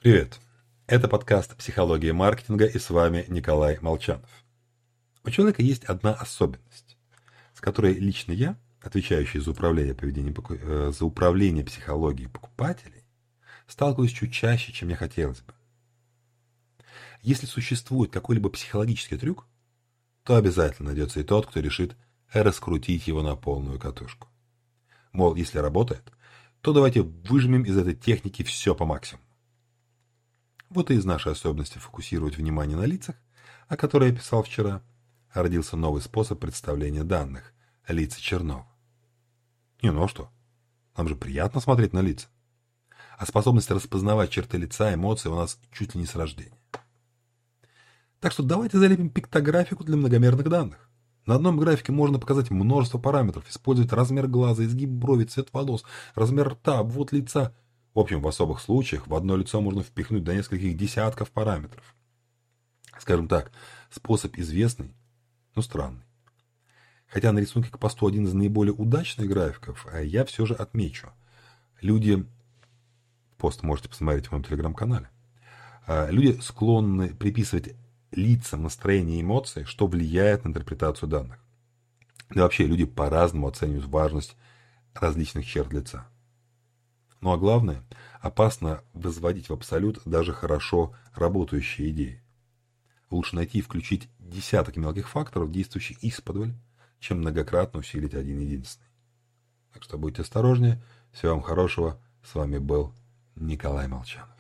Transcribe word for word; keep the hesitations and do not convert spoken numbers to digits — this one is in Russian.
Привет! Это подкаст «Психология маркетинга» и с вами Николай Молчанов. У человека есть одна особенность, с которой лично я, отвечающий за управление, поведением, э, за управление психологией покупателей, сталкиваюсь чуть чаще, чем мне хотелось бы. Если существует какой-либо психологический трюк, то обязательно найдется и тот, кто решит раскрутить его на полную катушку. Мол, если работает, то давайте выжмем из этой техники все по максимуму. Вот и из нашей особенности фокусировать внимание на лицах, о которой я писал вчера, родился новый способ представления данных – лица Чернова. Не, ну а что? Нам же приятно смотреть на лица. А способность распознавать черты лица, эмоции у нас чуть ли не с рождения. Так что давайте залепим пиктографику для многомерных данных. На одном графике можно показать множество параметров, использовать размер глаза, изгиб брови, цвет волос, размер рта, обвод лица. В общем, в особых случаях в одно лицо можно впихнуть до нескольких десятков параметров. Скажем так, способ известный, но странный. Хотя на рисунке к посту один из наиболее удачных графиков, а я все же отмечу. Люди, пост можете посмотреть в моем телеграм-канале, люди склонны приписывать лицам настроение и эмоции, что влияет на интерпретацию данных. Да вообще люди по-разному оценивают важность различных черт лица. Ну а главное, опасно возводить в абсолют даже хорошо работающие идеи. Лучше найти и включить десяток мелких факторов, действующих исподволь, чем многократно усилить один единственный. Так что будьте осторожнее. Всего вам хорошего. С вами был Николай Молчанов.